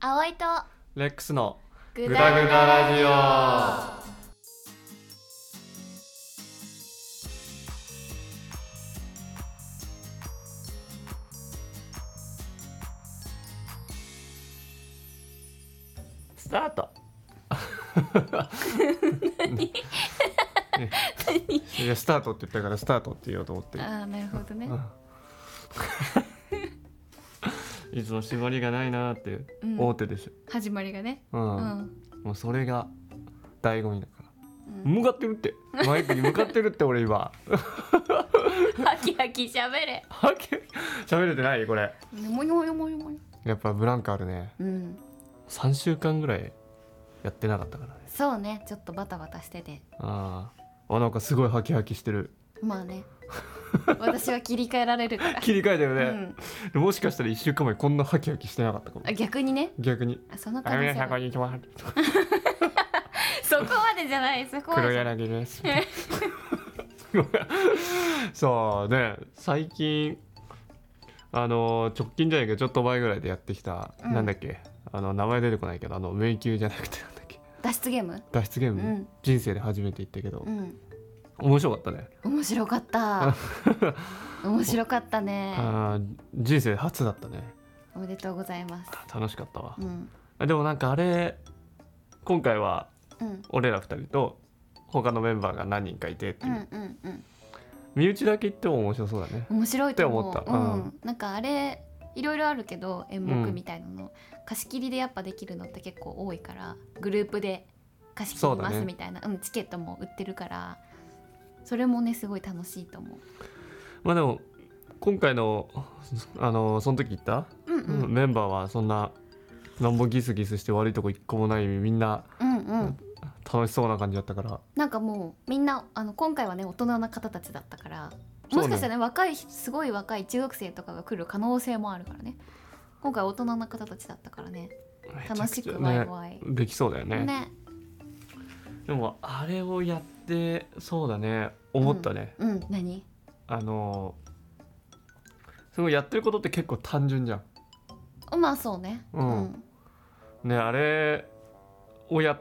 葵とレックスのグダグダラジオ。スタート。 何いやスタートって言ったからスタートって言おうと思って。 ああ、なるほどね。 いつも縛りがないなーっていう大手です、 始まりがね。 うんもうそれが醍醐味だから、向かってるってマイクに向かってるって俺今ハキハキしゃべれ。 喋れてないこれ。 もよもよもよ。 やっぱブランクあるね。3週間ぐらいやってなかったからね。 そうね、ちょっとバタバタしてて。 なんかすごいハキハキしてる。 まあね私は切り替えられるから切り替えたよね、もしかしたら1週間前こんなハキハキしてなかったかも。 逆にね。 逆にその可能性皆さんこんにちはそこまでじゃない。そこまで黒柳ですそうね、最近直近じゃないけどちょっと前ぐらいでやってきた、なんだっけ名前出てこないけど迷宮じゃなくてなんだっけ脱出ゲーム。 脱出ゲーム、人生で初めて行ったけど、面白かったね。 面白かった面白かったね。 人生初だったね。 おめでとうございます。 楽しかったわ、でもなんか今回は俺ら2人と他のメンバーが何人かいてっていう、身内だけ言っても面白そうだね。 面白いと思うって思った、 なんかいろいろあるけど演目みたいなの、貸し切りでやっぱできるのって結構多いから、グループで貸し切りますみたいな、チケットも売ってるから、それもねすごい楽しいと思う。 まあでも今回のその時言った、メンバーはそんななんぼギスギスして悪いとこ一個もない、みんな、楽しそうな感じだったから、 なんかもうみんな今回はね大人な方たちだったから、もしかしたらねすごい若い中学生とかが来る可能性もあるからね。今回大人な方たちだったからね、楽しくワイワイ、 できそうだよね。でもあれをやってそうだね、思ったね。 何？ すごいやってることって結構単純じゃん。 まあそうね。 ね、あれをやって、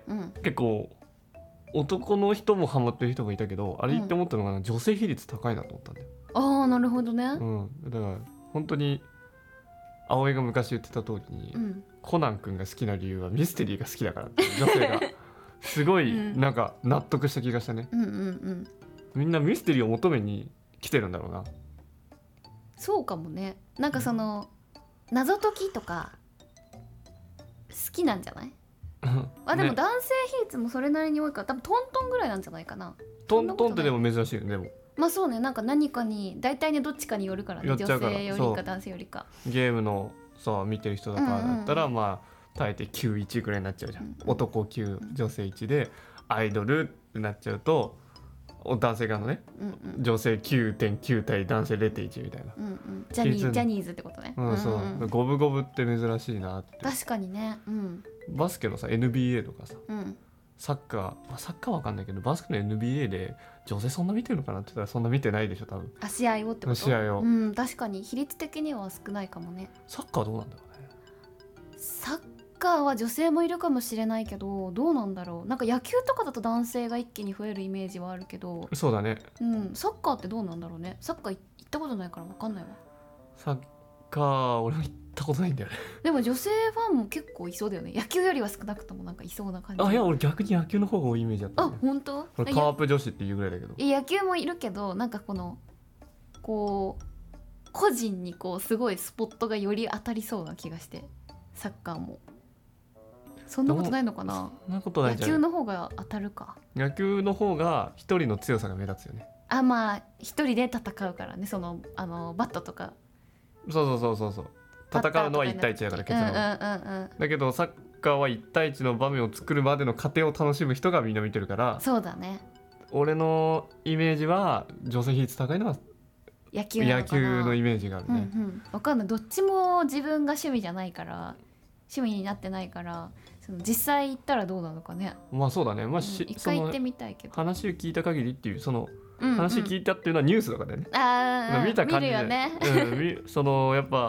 結構男の人もハマってる人もいたけど、あれ言って思ったのが、女性比率高いなと思ったんだよ。 ああ、なるほどね。 だから本当に葵が昔言ってた通りに、コナン君が好きな理由はミステリーが好きだからって女性がすごいなんか納得した気がしたね。みんなミステリーを求めに来てるんだろうな。 そうかもね。なんかその、謎解きとか好きなんじゃない？でも男性比率もそれなりに多いから、多分トントンぐらいなんじゃないかな。 トントンってでも珍しいよね。でもまあそうね、なんか何かに大体ねどっちかによるからね、女性よりか男性よりか。 ゲームの見てる人とかだったら、まあ大抵91ぐらいになっちゃうじゃん。男9、女性1で、アイドルってなっちゃうと男性側のね、女性 9.9 対男性 0.1 みたいな、 ジャニーズってことね。 そう五分五分って珍しいなって。 確かにね。 バスケのさ NBA とかさ、サッカーは分かんないけど、バスケの NBA で女性そんな見てるのかなって言ったらそんな見てないでしょ多分。 試合をってこと？ 試合を。 確かに比率的には少ないかもね。 サッカーどうなんだろうね。 サッカーは女性もいるかもしれないけど、どうなんだろう。なんか野球とかだと男性が一気に増えるイメージはあるけど。 そうだね。 サッカーってどうなんだろうね。サッカー行ったことないから分かんないわ。 サッカー俺も行ったことないんだよね。 でも女性ファンも結構いそうだよね。野球よりは少なくともなんかいそうな感じ。 いや俺逆に野球の方が多いイメージだった、ね。 本当？ カープ女子っていうぐらいだけど。 野球もいるけど、なんかこう個人にすごいスポットがより当たりそうな気がして、サッカーも。そんなことないのかな。 そんなことないじゃん。 野球の方が当たるか。 野球の方が一人の強さが目立つよね。 まあ一人で戦うからね、バットとか。 そう戦うのは1対1だから結論。だけどサッカーは1対1の場面を作るまでの過程を楽しむ人がみんな見てるから。 そうだね。俺のイメージは女性比率高いのは野球のイメージがあるね。 分かんない。どっちも自分が趣味じゃないから、趣味になってないから、実際行ったらどうなのかね。 まあそうだね。 一回行ってみたいけど。 話を聞いた限りっていう話聞いたっていうのはニュースとかでね。見た感じで。 見るよね。 やっぱ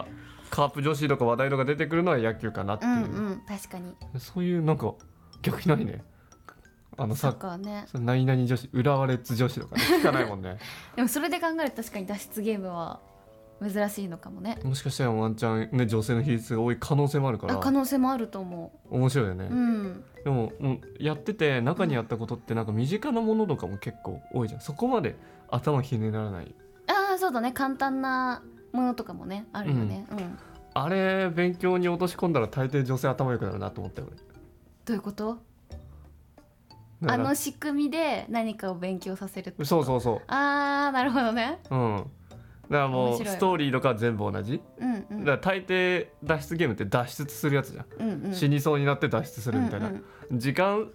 カープ女子とか話題とか出てくるのは野球かなっていう、 うんうん、確かにそういうなんか逆にないね、 サッカーね、 何々女子浦和レッズ女子とか、ね、聞かないもんねでもそれで考えると確かに脱出ゲームは珍しいのかもね。 もしかしたらワンチャン、ね、女性の比率が多い可能性もあるから、 可能性もあると思う。 面白いよね、 うん、 でもやってて中にあったことってなんか身近なものとかも結構多いじゃん。そこまで頭ひねらない。 ああそうだね、簡単なものとかもねあるよね、うん、 あれ勉強に落とし込んだら大抵女性頭良くなるなと思ったよ俺。 どういうこと？あの仕組みで何かを勉強させるってこと？ そうそうそう。 ああなるほどね。 だからもうストーリーとか全部同じ、 うんうん、 だから大抵脱出ゲームって脱出するやつじゃん、うんうん、死にそうになって脱出するみたいな、うんうん、時間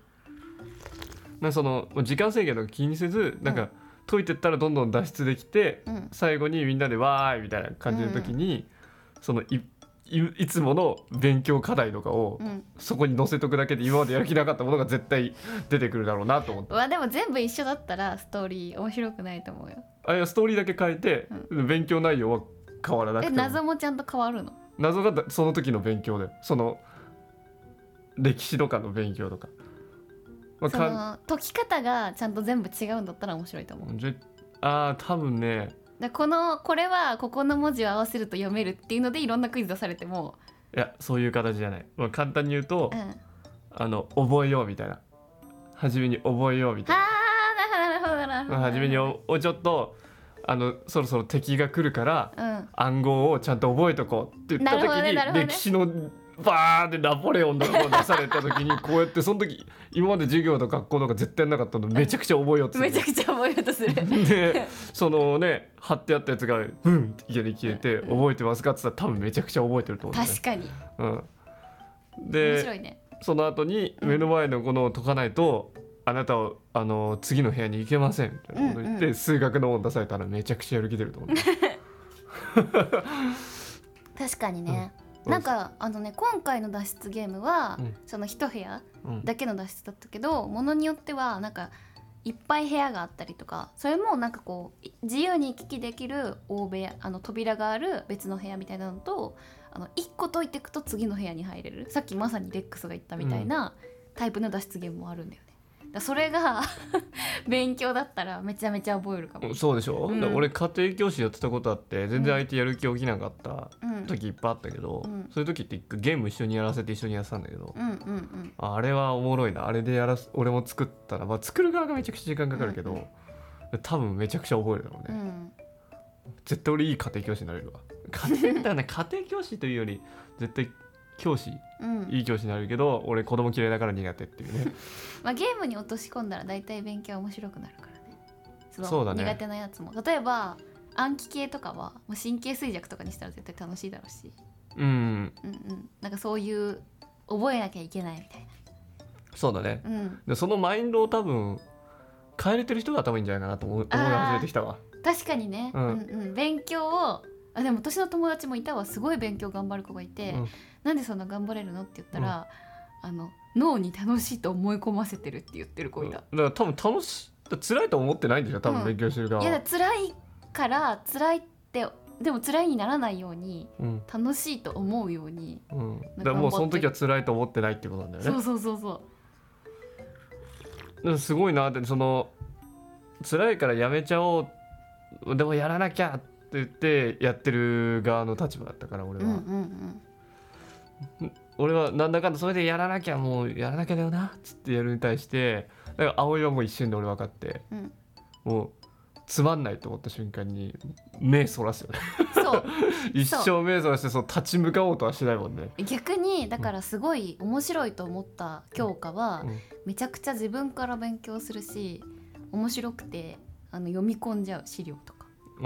制限とか気にせずなんか解いてったらどんどん脱出できて、うん、最後にみんなでわーいみたいな感じの時に、そのいつもの勉強課題とかをそこに載せとくだけで今までやる気なかったものが絶対出てくるだろうなと思って。 でも全部一緒だったらストーリー面白くないと思うよ。 いやストーリーだけ変えて、勉強内容は変わらなくても。 謎もちゃんと変わるの？ 謎がその時の勉強で、その歴史とかの勉強とか、 その解き方がちゃんと全部違うんだったら面白いと思う。 多分ね、 これはここの文字を合わせると読めるっていうのでいろんなクイズ出されても、 いやそういう形じゃない。簡単に言うと、覚えようみたいな、初めに覚えようみたいな。 なるほどなるほど。 初めにちょっとそろそろ敵が来るから、暗号をちゃんと覚えとこうって言った時に、歴史のバーってナポレオンの本出された時にこうやってその時今まで授業とか学校とか絶対なかったのめちゃくちゃ覚えようとする。 めちゃくちゃ覚えようとするでそのね貼ってあったやつがブンって家で消えて、覚えてますかって言ったら多分めちゃくちゃ覚えてると思う、ね、 確かに、 で面白いね。 その後に目の前のこのを解かないと、あなたを次の部屋に行けませんみたいなこと言って、数学の本出されたらめちゃくちゃやる気出ると思う確かにね、なんか今回の脱出ゲームは、その一部屋だけの脱出だったけど、ものによってはなんかいっぱい部屋があったりとか、それもなんかこう自由に行き来できる大部屋、扉がある別の部屋みたいなのと、1個解いていくと次の部屋に入れる、さっきまさにレックスが言ったみたいなタイプの脱出ゲームもあるんだよね。それが勉強だったらめちゃめちゃ覚えるかも。 そうでしょ、俺家庭教師やってたことあって全然相手やる気起きなかった時いっぱいあったけど、そういう時ってゲーム一緒にやらせて一緒にやってたんだけど、あれはおもろいな。あれで俺も作ったら、作る側がめちゃくちゃ時間かかるけど、多分めちゃくちゃ覚えるだろうね、絶対俺いい家庭教師になれるわ。家庭教師というより絶対教師、いい教師になるけど俺子供嫌いだから苦手っていうねゲームに落とし込んだら大体勉強面白くなるからね。 そうだね、 苦手なやつも例えば暗記系とかは神経衰弱とかにしたら絶対楽しいだろうし、なんかそういう覚えなきゃいけないみたいな。 そうだね、でそのマインドを多分変えれてる人が頭いいんじゃないかなと思い始めてきたわ。 確かにね、勉強をでも私の友達もいたわ。すごい勉強頑張る子がいて、なんでそんな頑張れるのって言ったら、脳に楽しいと思い込ませてるって言ってる子いた。 だから多分辛いと思ってないんでしょ多分勉強してる側は。 いや辛いから辛いってでも辛いにならないように、楽しいと思うように、 だからもうその時は辛いと思ってないってことなんだよね。そうすごいなって。その辛いからやめちゃおう、でもやらなきゃって言ってやってる側の立場だったから俺は、俺はなんだかんだそれでやらなきゃもうやらなきゃだよなっつってやるに対して、だから葵はもう一瞬で俺分かって、もうつまんないと思った瞬間に目そらすよねそう一生目そらして、そう立ち向かおうとはしないもんね。 逆にだからすごい面白いと思った教科は、めちゃくちゃ自分から勉強するし面白くて読み込んじゃう資料とか。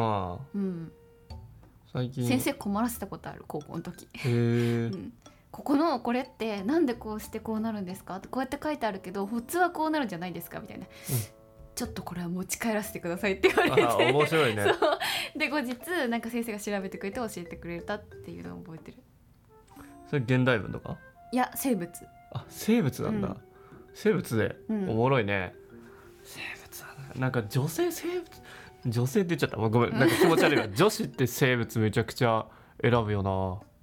最近先生困らせたことある高校の時ここのこれってなんでこうしてこうなるんですかってこうやって書いてあるけど普通はこうなるんじゃないですかみたいな、ちょっとこれは持ち帰らせてくださいって言われて、 面白いねで後日なんか先生が調べてくれて教えてくれたっていうのを覚えてる。 それ現代文とか？ いや生物。 生物なんだ、生物で、おもろいね。生物なんか女性って言っちゃった、ごめんなんか気持ち悪いな女子って生物めちゃくちゃ選ぶよな。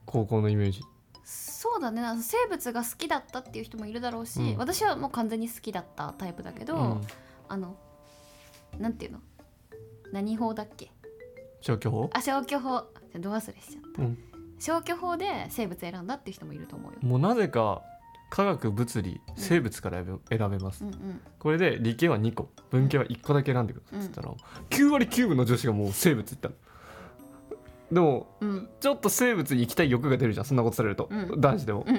高校のイメージ。 そうだね、生物が好きだったっていう人もいるだろうし、私はもう完全に好きだったタイプだけど、なんていうの、何法だっけ、 消去法。 消去法、ど忘れしちゃった、消去法で生物選んだっていう人もいると思うよ。 もうなぜか科学物理生物から選べます、これで理系は2個文系は1個だけ選んでくださいって言ったら、9割9分の女子がもう生物行ったの。でも、ちょっと生物に行きたい欲が出るじゃん、そんなことされると、男子でも、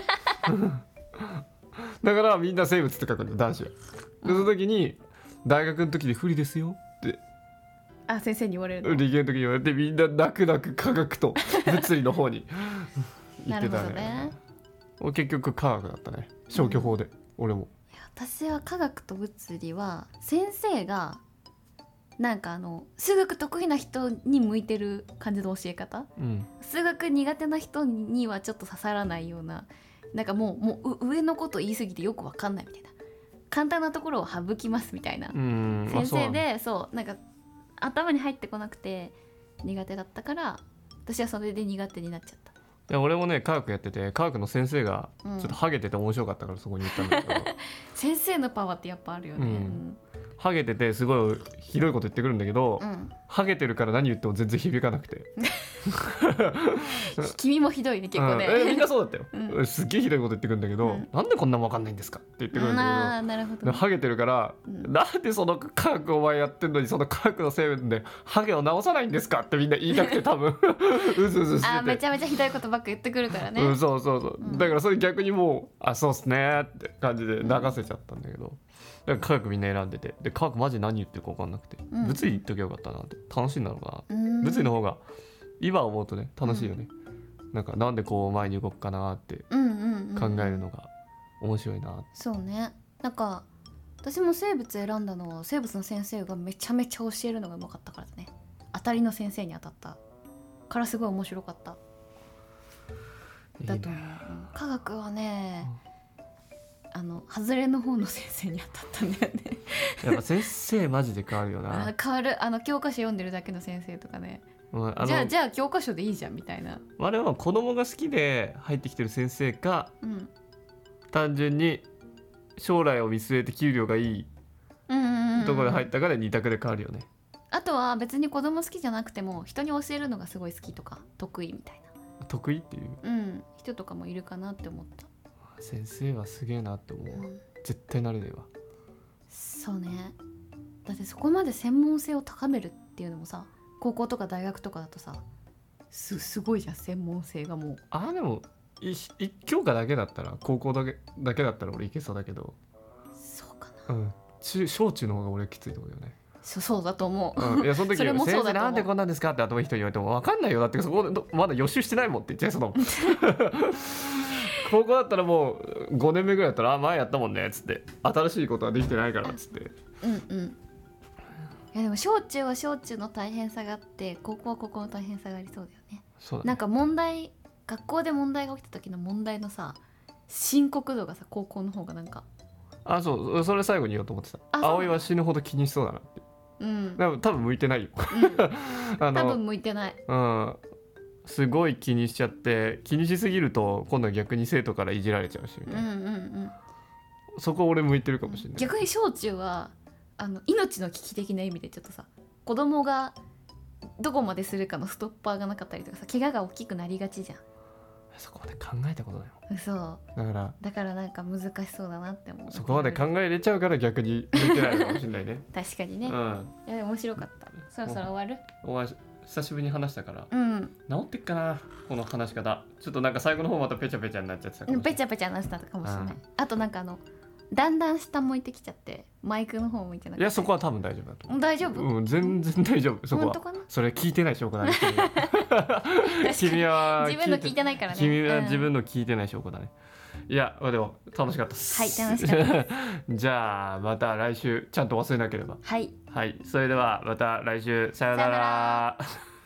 だからみんな生物って書くんだよ男子は。でその時に大学の時で不利ですよって先生に言われるの。 理系の時に言われて、みんな泣く泣く科学と物理の方に行ってたね。なるほどね。結局科学だったね、消去法で、俺も。 私は科学と物理は先生がなんか数学得意な人に向いてる感じの教え方、数学苦手な人にはちょっと刺さらないような、なんかもう上のこと言い過ぎてよく分かんないみたいな、簡単なところを省きますみたいな先生で、そうなんか頭に入ってこなくて苦手だったから、私はそれで苦手になっちゃった。 いや俺もね科学やってて、科学の先生がちょっとハゲてて面白かったからそこに行ったんだけど、 先生のパワーってやっぱあるよね、 ハゲててすごいひどいこと言ってくるんだけど、ハゲてるから何言っても全然響かなくて君もひどいね結構ね、 みんなそうだったよ、すっげえひどいこと言ってくるんだけど、なんでこんなも分かんないんですかって言ってくるんだけど、 なるほど、 ハゲてるから、なんでその科学お前やってんのにその科学の成分でハゲを直さないんですかってみんな言いたくて、多分うずうずしてて、 めちゃめちゃひどいことばっか言ってくるからね、 そうそうそう、だからそれ逆にもうそうっすねって感じで流せちゃったんだけど、だから科学みんな選んでて、で科学マジ何言ってるか分かんなくて、物理言っときゃよかったなって、楽しいんだろうな、物理の方が今思うとね楽しいよね、なんでこう前に動くかなって考えるのが面白いな。 そうね、なんか私も生物選んだのは生物の先生がめちゃめちゃ教えるのがうまかったからね、当たりの先生に当たったからすごい面白かっただと思う。科学はね、外れの方の先生に当たったんだよねやっぱ先生マジで変わるよな変わる、教科書読んでるだけの先生とかね、じゃあ教科書でいいじゃんみたいな。 あれは子供が好きで入ってきてる先生か、単純に将来を見据えて給料がいいところで入ったかで2択で変わるよね。 あとは別に子供好きじゃなくても人に教えるのがすごい好きとか得意みたいな、 得意っていう、 人とかもいるかなって思った。 先生はすげえなって思う、絶対なれねえわ。 そうね、だってそこまで専門性を高めるっていうのもさ、高校とか大学とかだとさ すごいじゃん、専門性がもう。 でも1教科だけだったら、高校だけだったら俺いけそうだけど、 そうかな、 小中の方が俺きついと思うよね。 そうだと思う、 いやその時それもそうだと思う。 先生なんでこんなんですかって頭いい人に言われても分かんないよ、だってそこまだ予習してないもんって言っちゃいそうだもん高校だったらもう5年目ぐらいだったら前やったもんねっつって、新しいことはできてないからっつって、 いやでも小中は小中の大変さがあって、高校は高校の大変さがありそうだよね。 そうだね、 なんか学校で問題が起きた時の問題のさ深刻度がさ、高校の方がなんかそう、それ最後に言おうと思ってた。葵は死ぬほど気にしそうだなって、多分向いてないよ多分向いてない、 すごい気にしちゃって、気にしすぎると今度は逆に生徒からいじられちゃうしみたいな、そこ俺向いてるかもしれない。 逆に小中は命の危機的な意味でちょっとさ、子供がどこまでするかのストッパーがなかったりとかさ、怪我が大きくなりがちじゃん。 そこまで考えたことないもん。 そうだからなんか難しそうだなって思う。 そこまで考えれちゃうから逆に向いてないかもしれないね確かにね、いや面白かった。そろそろ終わる？ お前久しぶりに話したから、治ってっかなこの話し方。ちょっとなんか最後の方またペチャペチャになっちゃってたかもしれない。 ペチャペチャなしたかもしれない。あとなんかだんだん下向いてきちゃってマイクの方向いてなくて。 いやそこは多分大丈夫だと思う。 大丈夫？ 全然大丈夫。そこはそれ聞いてない証拠だね君は自分の聞いてないからね。 君は自分の聞いてない証拠だね。いやでも楽しかったです。 はい楽しかったですじゃあまた来週ちゃんと忘れなければ。 はい、 それではまた来週さよなら